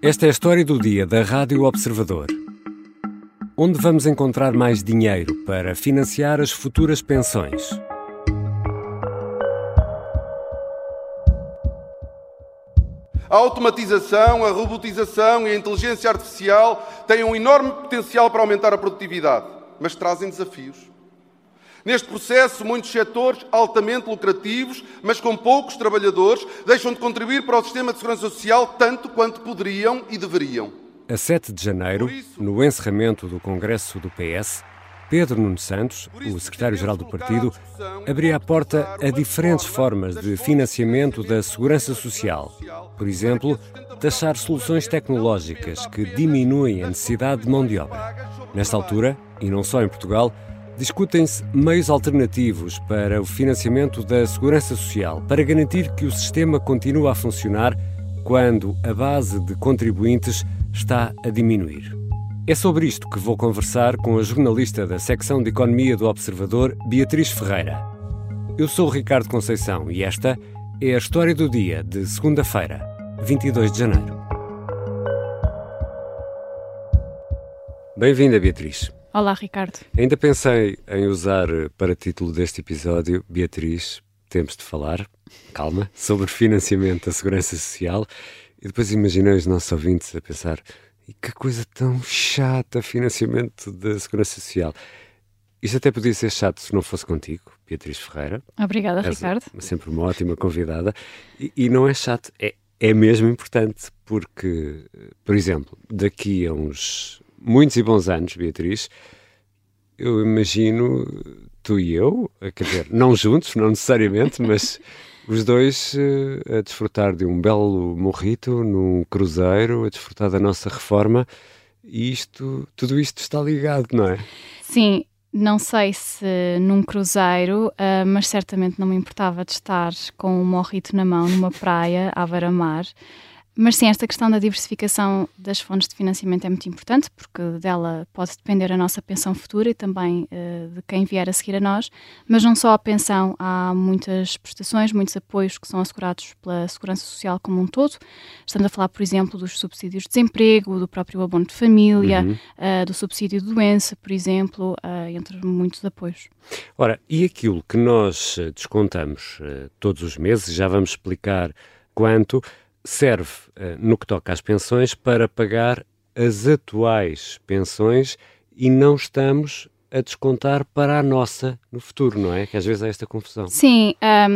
Esta é a história do dia da Rádio Observador. Onde vamos encontrar mais dinheiro para financiar as futuras pensões? A automatização, a robotização e a inteligência artificial têm um enorme potencial para aumentar a produtividade, mas trazem desafios. Neste processo, muitos setores altamente lucrativos, mas com poucos trabalhadores, deixam de contribuir para o sistema de segurança social tanto quanto poderiam e deveriam. A 7 de janeiro, no encerramento do Congresso do PS, Pedro Nuno Santos, o secretário-geral do partido, abria a porta a diferentes formas de financiamento da segurança social. Por exemplo, taxar soluções tecnológicas que diminuem a necessidade de mão de obra. Nesta altura, e não só em Portugal, discutem-se meios alternativos para o financiamento da segurança social, para garantir que o sistema continua a funcionar quando a base de contribuintes está a diminuir. É sobre isto que vou conversar com a jornalista da secção de Economia do Observador, Beatriz Ferreira. Eu sou o Ricardo Conceição e esta é a história do dia de segunda-feira, 22 de janeiro. Bem-vinda, Beatriz. Olá, Ricardo. Ainda pensei em usar para título deste episódio, Beatriz, temos de falar, calma, sobre financiamento da segurança social, e depois imaginei os nossos ouvintes a pensar, e que coisa tão chata, financiamento da segurança social. Isto até podia ser chato se não fosse contigo, Beatriz Ferreira. Obrigada, Ricardo. Sempre uma ótima convidada. E não é chato, é mesmo importante, porque, por exemplo, daqui a uns muitos e bons anos, Beatriz, eu imagino tu e eu, quer dizer, não juntos, não necessariamente, mas os dois a desfrutar de um belo morrito num cruzeiro, a desfrutar da nossa reforma, e tudo isto está ligado, não é? Sim, não sei se num cruzeiro, mas certamente não me importava de estar com um morrito na mão numa praia à beira-mar. Mas sim, esta questão da diversificação das fontes de financiamento é muito importante, porque dela pode depender a nossa pensão futura e também de quem vier a seguir a nós, mas não só a pensão, há muitas prestações, muitos apoios que são assegurados pela Segurança Social como um todo. Estamos a falar, por exemplo, dos subsídios de desemprego, do próprio abono de família, do subsídio de doença, por exemplo, entre muitos apoios. Ora, e aquilo que nós descontamos todos os meses, já vamos explicar quanto, serve, no que toca às pensões, para pagar as atuais pensões e não estamos a descontar para a nossa no futuro, não é? Que às vezes há esta confusão. Sim,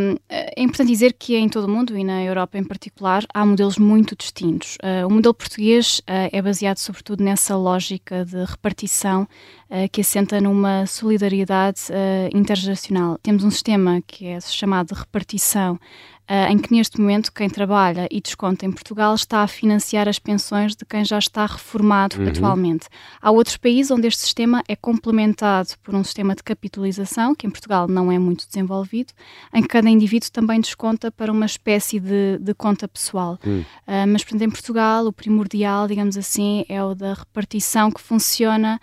é importante dizer que em todo o mundo e na Europa em particular há modelos muito distintos. O modelo português é baseado sobretudo nessa lógica de repartição que assenta numa solidariedade intergeracional. Temos um sistema que é chamado de repartição, em que neste momento quem trabalha e desconta em Portugal está a financiar as pensões de quem já está reformado atualmente. Há outros países onde este sistema é complementado por um sistema de capitalização, que em Portugal não é muito desenvolvido, em que cada indivíduo também desconta para uma espécie de conta pessoal. Mas, portanto, em Portugal o primordial, digamos assim, é o da repartição que funciona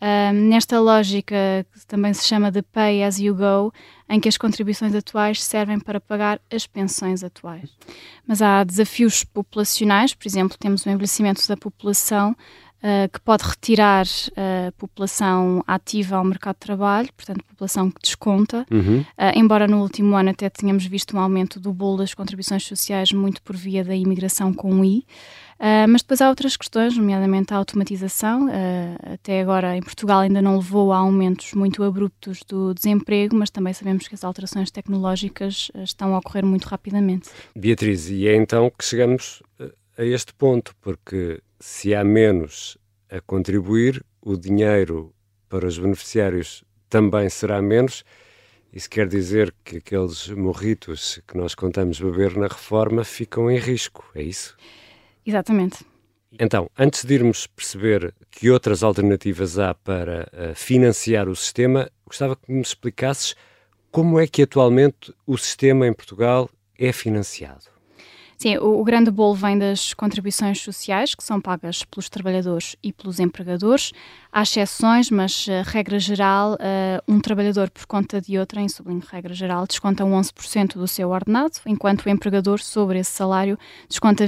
nesta lógica que também se chama de pay as you go, em que as contribuições atuais servem para pagar as pensões atuais. Mas há desafios populacionais, por exemplo, temos o envelhecimento da população, que pode retirar a população ativa ao mercado de trabalho, portanto, população que desconta, embora no último ano até tenhamos visto um aumento do bolo das contribuições sociais muito por via da imigração com I. Mas depois há outras questões, nomeadamente a automatização. Até agora em Portugal ainda não levou a aumentos muito abruptos do desemprego, mas também sabemos que as alterações tecnológicas estão a ocorrer muito rapidamente. Beatriz, e é então que chegamos a este ponto, porque se há menos a contribuir, o dinheiro para os beneficiários também será menos. Isso quer dizer que aqueles morritos que nós contamos beber na reforma ficam em risco, é isso? Exatamente. Então, antes de irmos perceber que outras alternativas há para financiar o sistema, gostava que me explicasses como é que atualmente o sistema em Portugal é financiado. Sim, o grande bolo vem das contribuições sociais, que são pagas pelos trabalhadores e pelos empregadores. Há exceções, mas, regra geral, um trabalhador por conta de outrem, sublinho regra geral, desconta 11% do seu ordenado, enquanto o empregador, sobre esse salário, desconta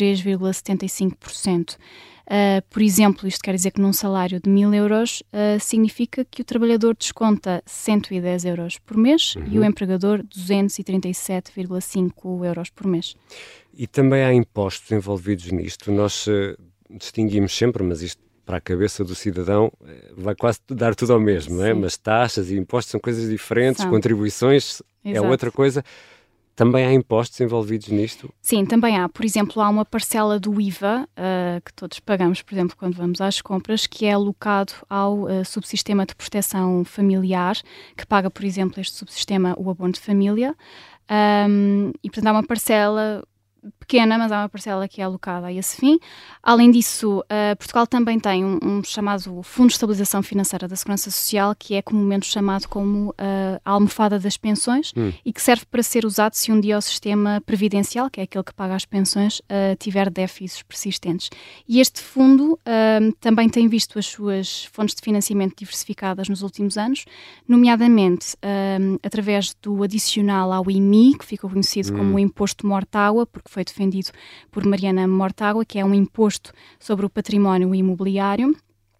23,75%. Por exemplo, isto quer dizer que num salário de 1.000 euros significa que o trabalhador desconta 110 euros por mês e o empregador 237,5 euros por mês. E também há impostos envolvidos nisto. Nós distinguimos sempre, mas isto para a cabeça do cidadão vai quase dar tudo ao mesmo, não é? Mas taxas e impostos são coisas diferentes, contribuições é outra coisa. Também há impostos envolvidos nisto? Sim, também há. Por exemplo, há uma parcela do IVA que todos pagamos, por exemplo, quando vamos às compras, que é alocado ao subsistema de proteção familiar, que paga, por exemplo, este subsistema, o abono de família. E, portanto, há uma parcela pequena, mas há uma parcela que é alocada a esse fim. Além disso, Portugal também tem um chamado Fundo de Estabilização Financeira da Segurança Social, que é comumente chamado como a almofada das pensões e que serve para ser usado se um dia o sistema previdencial, que é aquele que paga as pensões, tiver déficits persistentes. E este fundo também tem visto as suas fontes de financiamento diversificadas nos últimos anos, nomeadamente através do adicional ao IMI, que ficou conhecido como o Imposto Mortágua, porque foi defendido por Mariana Mortágua, que é um imposto sobre o património imobiliário,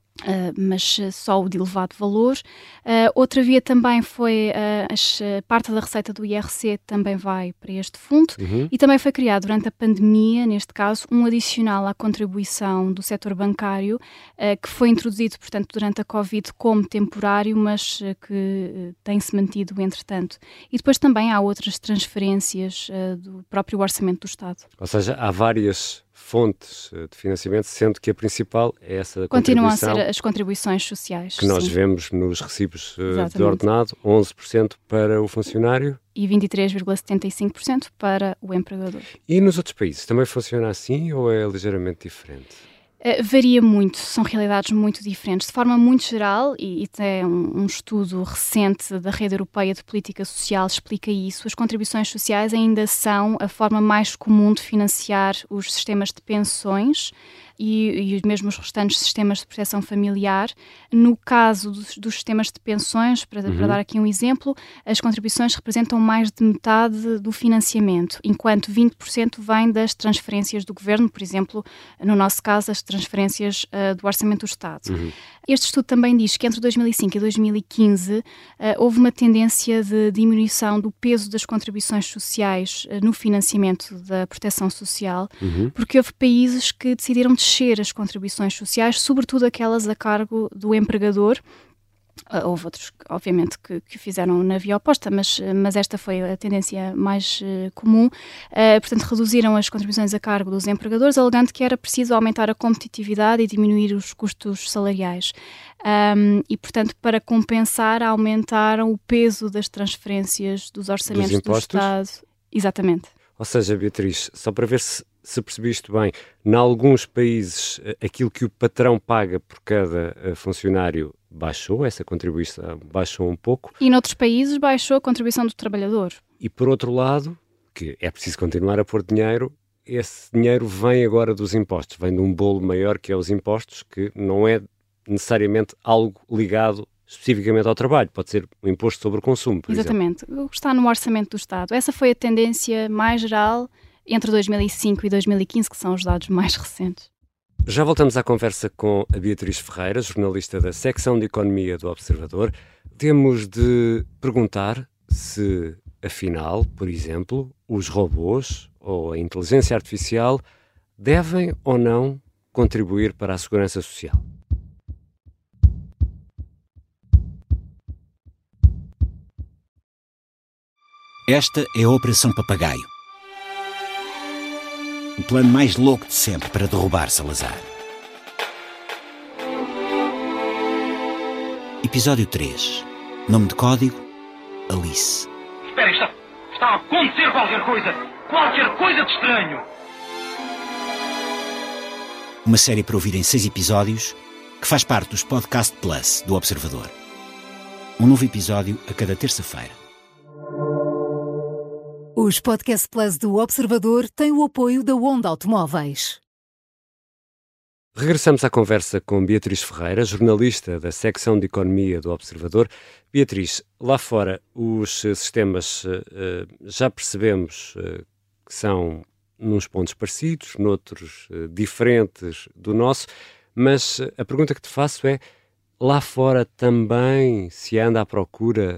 mas só o de elevado valor. Outra via também foi parte da receita do IRC também vai para este fundo e também foi criado durante a pandemia, neste caso, um adicional à contribuição do setor bancário que foi introduzido, portanto, durante a Covid como temporário, mas que tem-se mantido entretanto. E depois também há outras transferências do próprio Orçamento do Estado. Ou seja, há várias fontes de financiamento, sendo que a principal é essa continuam contribuição. A ser as contribuições sociais. Que nós vemos nos recibos de ordenado, 11% para o funcionário. E 23,75% para o empregador. E nos outros países também funciona assim ou é ligeiramente diferente? Varia muito, são realidades muito diferentes. De forma muito geral, e até um estudo recente da Rede Europeia de Política Social explica isso, as contribuições sociais ainda são a forma mais comum de financiar os sistemas de pensões e mesmo os restantes sistemas de proteção familiar. No caso dos sistemas de pensões, para dar aqui um exemplo, as contribuições representam mais de metade do financiamento, enquanto 20% vem das transferências do Governo, por exemplo, no nosso caso, as transferências do Orçamento do Estado. Este estudo também diz que entre 2005 e 2015 houve uma tendência de diminuição do peso das contribuições sociais no financiamento da proteção social, porque houve países que decidiram descer as contribuições sociais, sobretudo aquelas a cargo do empregador. Houve outros, obviamente, que fizeram na via oposta, mas esta foi a tendência mais comum. Portanto, reduziram as contribuições a cargo dos empregadores, alegando que era preciso aumentar a competitividade e diminuir os custos salariais. E, portanto, para compensar, aumentaram o peso das transferências dos orçamentos do Estado. Exatamente. Ou seja, Beatriz, só para ver se percebi isto bem, em alguns países aquilo que o patrão paga por cada funcionário baixou, essa contribuição baixou um pouco. E noutros países baixou a contribuição do trabalhador. E por outro lado, que é preciso continuar a pôr dinheiro, esse dinheiro vem agora dos impostos, vem de um bolo maior que é os impostos, que não é necessariamente algo ligado especificamente ao trabalho, pode ser um imposto sobre o consumo, por Exatamente, exemplo. Está no Orçamento do Estado. Essa foi a tendência mais geral entre 2005 e 2015, que são os dados mais recentes. Já voltamos à conversa com a Beatriz Ferreira, jornalista da secção de Economia do Observador. Temos de perguntar se, afinal, por exemplo, os robôs ou a inteligência artificial devem ou não contribuir para a segurança social. Esta é a Operação Papagaio. O plano mais louco de sempre para derrubar Salazar. Episódio 3. Nome de código: Alice. Espera, está a acontecer qualquer coisa de estranho. Uma série para ouvir em 6 episódios que faz parte dos Podcast Plus do Observador. Um novo episódio a cada terça-feira. Os Podcast Plus do Observador têm o apoio da Onda Automóveis. Regressamos à conversa com Beatriz Ferreira, jornalista da secção de Economia do Observador. Beatriz, lá fora os sistemas já percebemos que são nos pontos parecidos, noutros diferentes do nosso, mas a pergunta que te faço é, lá fora também se anda à procura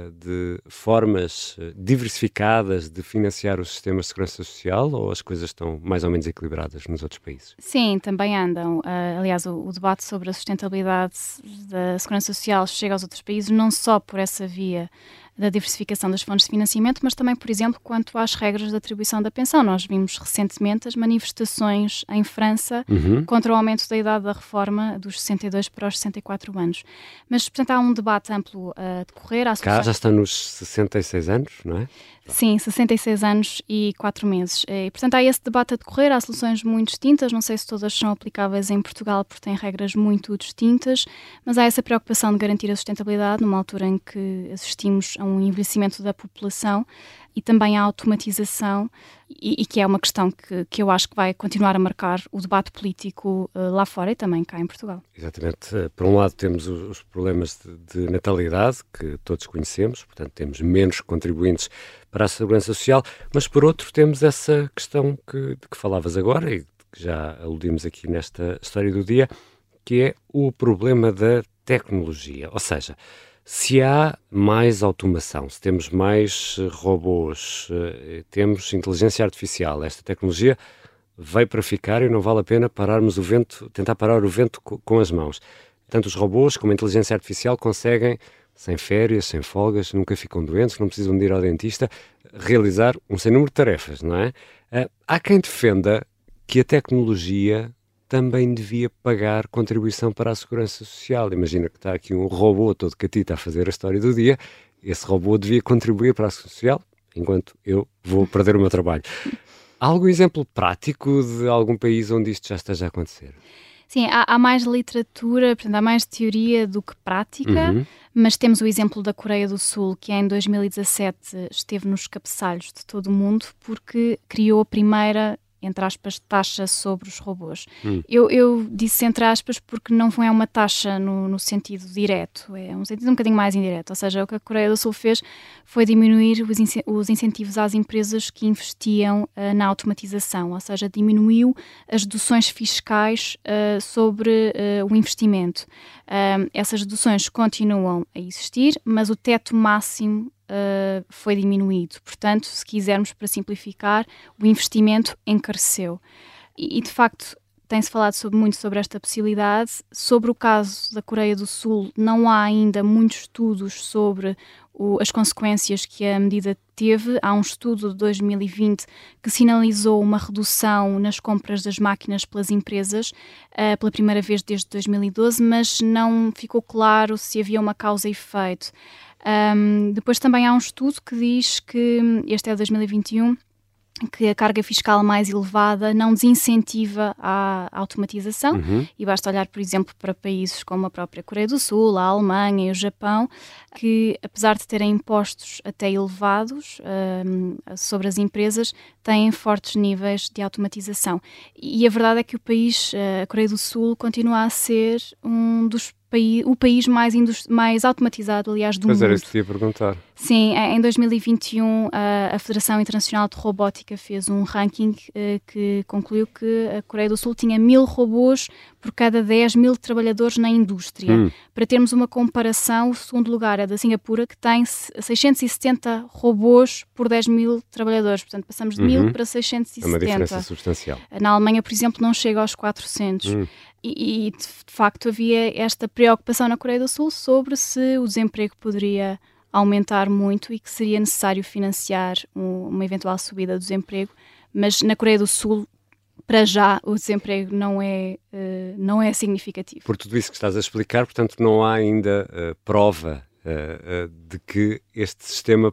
de formas diversificadas de financiar os sistemas de segurança social, ou as coisas estão mais ou menos equilibradas nos outros países? Sim, também andam. Aliás, o debate sobre a sustentabilidade da segurança social chega aos outros países não só por essa via da diversificação das fontes de financiamento, mas também, por exemplo, quanto às regras de atribuição da pensão. Nós vimos recentemente as manifestações em França contra o aumento da idade da reforma dos 62 para os 64 anos. Mas, portanto, há um debate amplo a decorrer. Cá já está nos 66 anos, não é? Sim, 66 anos e 4 meses. E, portanto, há esse debate a decorrer, há soluções muito distintas, não sei se todas são aplicáveis em Portugal porque têm regras muito distintas, mas há essa preocupação de garantir a sustentabilidade numa altura em que assistimos a um envelhecimento da população e também a automatização, e que é uma questão que eu acho que vai continuar a marcar o debate político lá fora e também cá em Portugal. Exatamente. Por um lado temos os problemas de natalidade, que todos conhecemos, portanto temos menos contribuintes para a segurança social, mas por outro temos essa questão de que falavas agora e que já aludimos aqui nesta história do dia, que é o problema da tecnologia, ou seja, se há mais automação, se temos mais robôs, temos inteligência artificial, esta tecnologia veio para ficar e não vale a pena pararmos o vento, tentar parar o vento com as mãos. Tanto os robôs como a inteligência artificial conseguem, sem férias, sem folgas, nunca ficam doentes, não precisam de ir ao dentista, realizar um sem número de tarefas, não é? Há quem defenda que a tecnologia também devia pagar contribuição para a segurança social. Imagina que está aqui um robô todo catito a fazer a história do dia, esse robô devia contribuir para a segurança social, enquanto eu vou perder o meu trabalho. Há algum exemplo prático de algum país onde isto já esteja a acontecer? Sim, há mais literatura, portanto, há mais teoria do que prática, mas temos o exemplo da Coreia do Sul, que em 2017 esteve nos cabeçalhos de todo o mundo porque criou a primeira, entre aspas, taxa sobre os robôs. Eu disse entre aspas porque não é uma taxa no sentido direto, é um sentido um bocadinho mais indireto, ou seja, o que a Coreia do Sul fez foi diminuir os incentivos às empresas que investiam na automatização, ou seja, diminuiu as deduções fiscais sobre o investimento. Essas deduções continuam a existir, mas o teto máximo foi diminuído. Portanto, se quisermos, para simplificar, o investimento encareceu. E de facto, tem-se falado muito sobre esta possibilidade. Sobre o caso da Coreia do Sul, não há ainda muitos estudos sobre as consequências que a medida teve. Há um estudo de 2020 que sinalizou uma redução nas compras das máquinas pelas empresas pela primeira vez desde 2012, mas não ficou claro se havia uma causa e efeito. Depois também há um estudo que diz que, este é de 2021, que a carga fiscal mais elevada não desincentiva a automatização, e basta olhar, por exemplo, para países como a própria Coreia do Sul, a Alemanha e o Japão, que apesar de terem impostos até elevados sobre as empresas, têm fortes níveis de automatização. E a verdade é que o país, a Coreia do Sul, continua a ser o país mais automatizado, aliás, do mundo. Mas era isso que te ia perguntar. Sim, em 2021 a Federação Internacional de Robótica fez um ranking que concluiu que a Coreia do Sul tinha 1000 robôs por cada 10.000 trabalhadores na indústria. Para termos uma comparação, o segundo lugar é da Singapura, que tem 670 robôs por 10.000 trabalhadores. Portanto, passamos de 1000 para 670. É uma diferença substancial. Na Alemanha, por exemplo, não chega aos 400. E de facto havia esta preocupação na Coreia do Sul sobre se o desemprego poderia aumentar muito e que seria necessário financiar uma eventual subida do desemprego, mas na Coreia do Sul, para já, o desemprego não é significativo. Por tudo isso que estás a explicar, portanto, não há ainda prova de que este sistema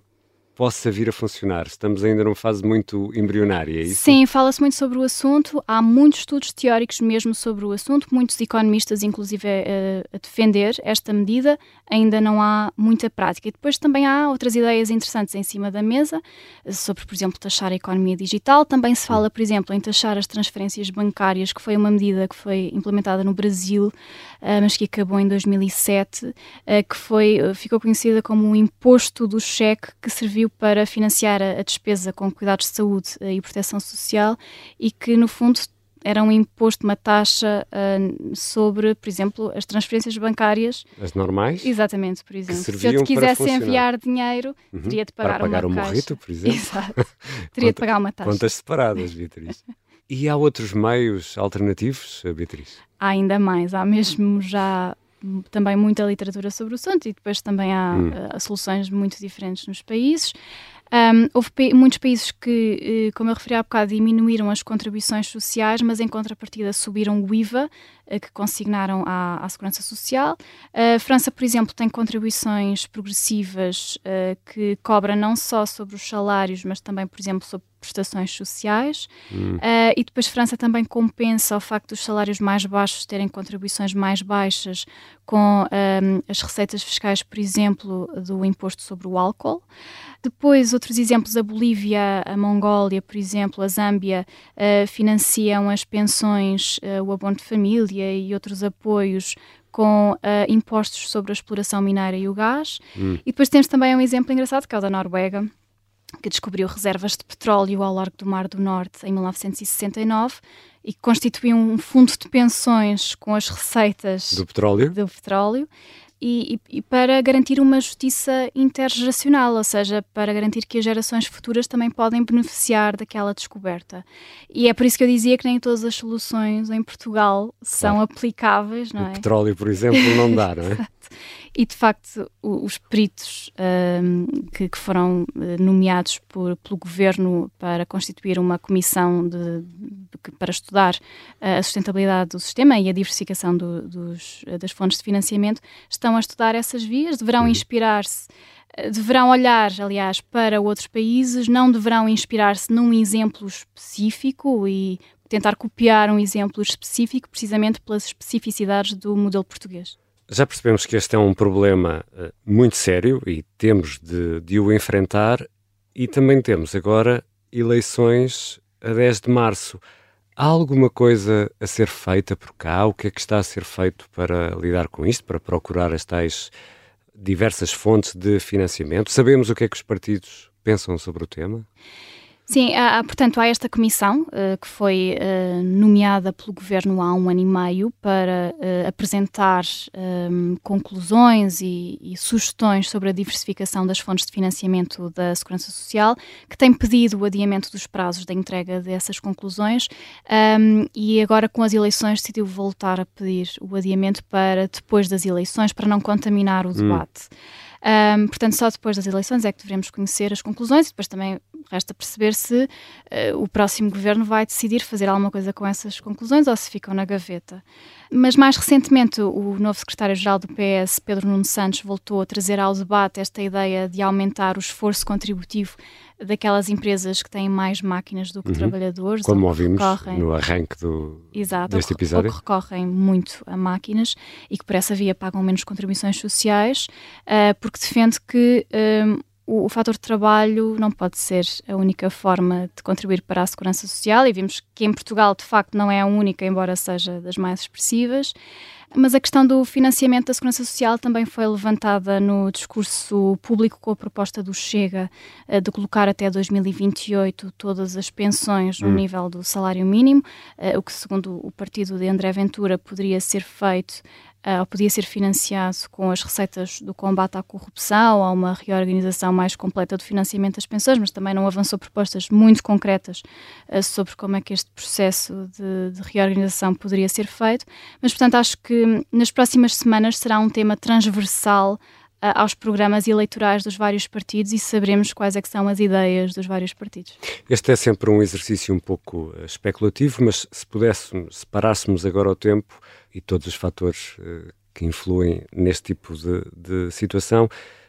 possa vir a funcionar? Estamos ainda numa fase muito embrionária, é isso? Sim, fala-se muito sobre o assunto, há muitos estudos teóricos mesmo sobre o assunto, muitos economistas inclusive a defender esta medida, ainda não há muita prática. E depois também há outras ideias interessantes em cima da mesa, sobre, por exemplo, taxar a economia digital. Também se fala, por exemplo, em taxar as transferências bancárias, que foi uma medida que foi implementada no Brasil, mas que acabou em 2007, que ficou conhecida como o imposto do cheque, que serviu para financiar a despesa com cuidados de saúde e proteção social e que, no fundo, era um imposto, uma taxa sobre, por exemplo, as transferências bancárias. As normais? Exatamente, por exemplo. Se eu te quisesse enviar dinheiro, teria de pagar para pagar uma um morrito, por exemplo. Exato. Teria de pagar uma taxa. Contas separadas, Beatriz. E há outros meios alternativos, Beatriz? Há ainda mais. Há mesmo já também muita literatura sobre o assunto e depois também há soluções muito diferentes nos países. Houve muitos países que, como eu referi há bocado, diminuíram as contribuições sociais, mas em contrapartida subiram o IVA, que consignaram à Segurança Social. A França, por exemplo, tem contribuições progressivas que cobra não só sobre os salários, mas também, por exemplo, sobre prestações sociais. E depois França também compensa o facto dos salários mais baixos terem contribuições mais baixas com as receitas fiscais, por exemplo, do imposto sobre o álcool. Depois, outros exemplos, a Bolívia, a Mongólia, por exemplo, a Zâmbia, financiam as pensões, o abono de família e outros apoios com impostos sobre a exploração mineira e o gás. E depois temos também um exemplo engraçado, que é o da Noruega, que descobriu reservas de petróleo ao largo do Mar do Norte em 1969 e que constituiu um fundo de pensões com as receitas do petróleo. E para garantir uma justiça intergeracional, ou seja, para garantir que as gerações futuras também podem beneficiar daquela descoberta. E é por isso que eu dizia que nem todas as soluções em Portugal são aplicáveis, não é? O petróleo, por exemplo, não dá, não é? Exato. E, de facto, os peritos que foram nomeados pelo governo para constituir uma comissão para estudar a sustentabilidade do sistema e a diversificação das fontes de financiamento estão a estudar essas vias, deverão inspirar-se, deverão olhar, aliás, para outros países, não deverão inspirar-se num exemplo específico e tentar copiar um exemplo específico precisamente pelas especificidades do modelo português. Já percebemos que este é um problema muito sério e temos de o enfrentar, e também temos agora eleições a 10 de março. Há alguma coisa a ser feita por cá? O que é que está a ser feito para lidar com isto, para procurar as tais diversas fontes de financiamento? Sabemos o que é que os partidos pensam sobre o tema? Sim, portanto, há esta comissão que foi nomeada pelo Governo há 1 ano e meio para apresentar conclusões e sugestões sobre a diversificação das fontes de financiamento da Segurança Social, que tem pedido o adiamento dos prazos da entrega dessas conclusões e agora com as eleições decidiu voltar a pedir o adiamento para depois das eleições, para não contaminar o debate. Portanto, só depois das eleições é que devemos conhecer as conclusões e depois também resta perceber se o próximo governo vai decidir fazer alguma coisa com essas conclusões ou se ficam na gaveta. Mas mais recentemente o novo secretário-geral do PS, Pedro Nuno Santos, voltou a trazer ao debate esta ideia de aumentar o esforço contributivo daquelas empresas que têm mais máquinas do que trabalhadores. Como ouvimos no arranque deste episódio. Ou que recorrem muito a máquinas e que por essa via pagam menos contribuições sociais, porque defende que o fator de trabalho não pode ser a única forma de contribuir para a segurança social e vimos que em Portugal de facto não é a única, embora seja das mais expressivas. Mas a questão do financiamento da Segurança Social também foi levantada no discurso público com a proposta do Chega de colocar até 2028 todas as pensões no nível do salário mínimo, o que segundo o partido de André Ventura poderia ser feito ou podia ser financiado com as receitas do combate à corrupção ou uma reorganização mais completa do financiamento das pensões, mas também não avançou propostas muito concretas sobre como é que este processo de reorganização poderia ser feito. Mas, portanto, acho que nas próximas semanas será um tema transversal aos programas eleitorais dos vários partidos e saberemos quais é que são as ideias dos vários partidos. Este é sempre um exercício um pouco especulativo, mas se parássemos agora o tempo e todos os fatores que influem neste tipo de situação,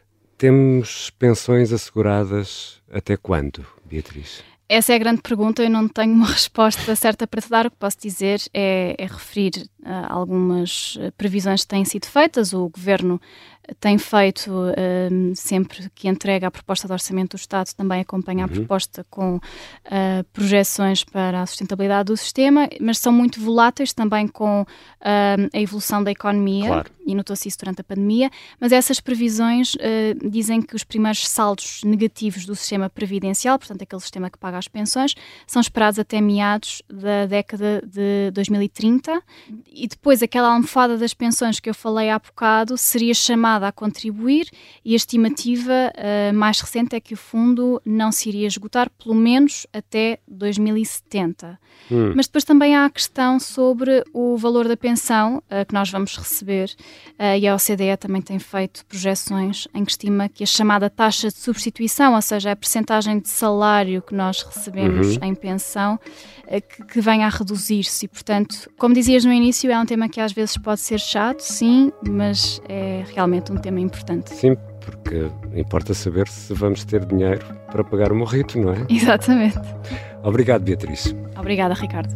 Temos pensões asseguradas até quando, Beatriz? Essa é a grande pergunta, eu não tenho uma resposta certa para te dar. O que posso dizer é referir algumas previsões que têm sido feitas. O Governo tem feito, sempre que entrega a proposta de orçamento do Estado, também acompanha a proposta com projeções para a sustentabilidade do sistema, mas são muito voláteis também com a evolução da economia, claro. E notou-se isso durante a pandemia, mas essas previsões dizem que os primeiros saldos negativos do sistema previdencial, portanto aquele sistema que paga as pensões, são esperados até meados da década de 2030, e depois aquela almofada das pensões que eu falei há bocado seria chamada a contribuir, e a estimativa mais recente é que o fundo não se iria esgotar pelo menos até 2070. Mas depois também há a questão sobre o valor da pensão que nós vamos receber, e a OCDE também tem feito projeções em que estima que a chamada taxa de substituição, ou seja, a percentagem de salário que nós recebemos em pensão, que venha a reduzir-se. E, portanto, como dizias no início, é um tema que às vezes pode ser chato, sim, mas é realmente um tema importante. Sim, porque importa saber se vamos ter dinheiro para pagar o morrito, não é? Exatamente. Obrigado, Beatriz. Obrigada, Ricardo.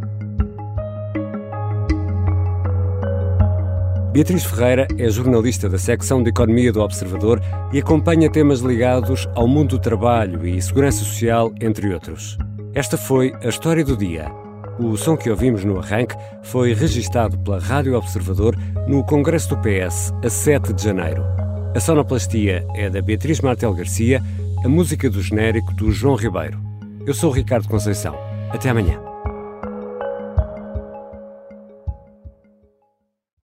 Beatriz Ferreira é jornalista da secção de Economia do Observador e acompanha temas ligados ao mundo do trabalho e segurança social, entre outros. Esta foi a História do Dia. O som que ouvimos no arranque foi registado pela Rádio Observador no Congresso do PS, a 7 de janeiro. A sonoplastia é da Beatriz Martel Garcia, a música do genérico do João Ribeiro. Eu sou o Ricardo Conceição. Até amanhã.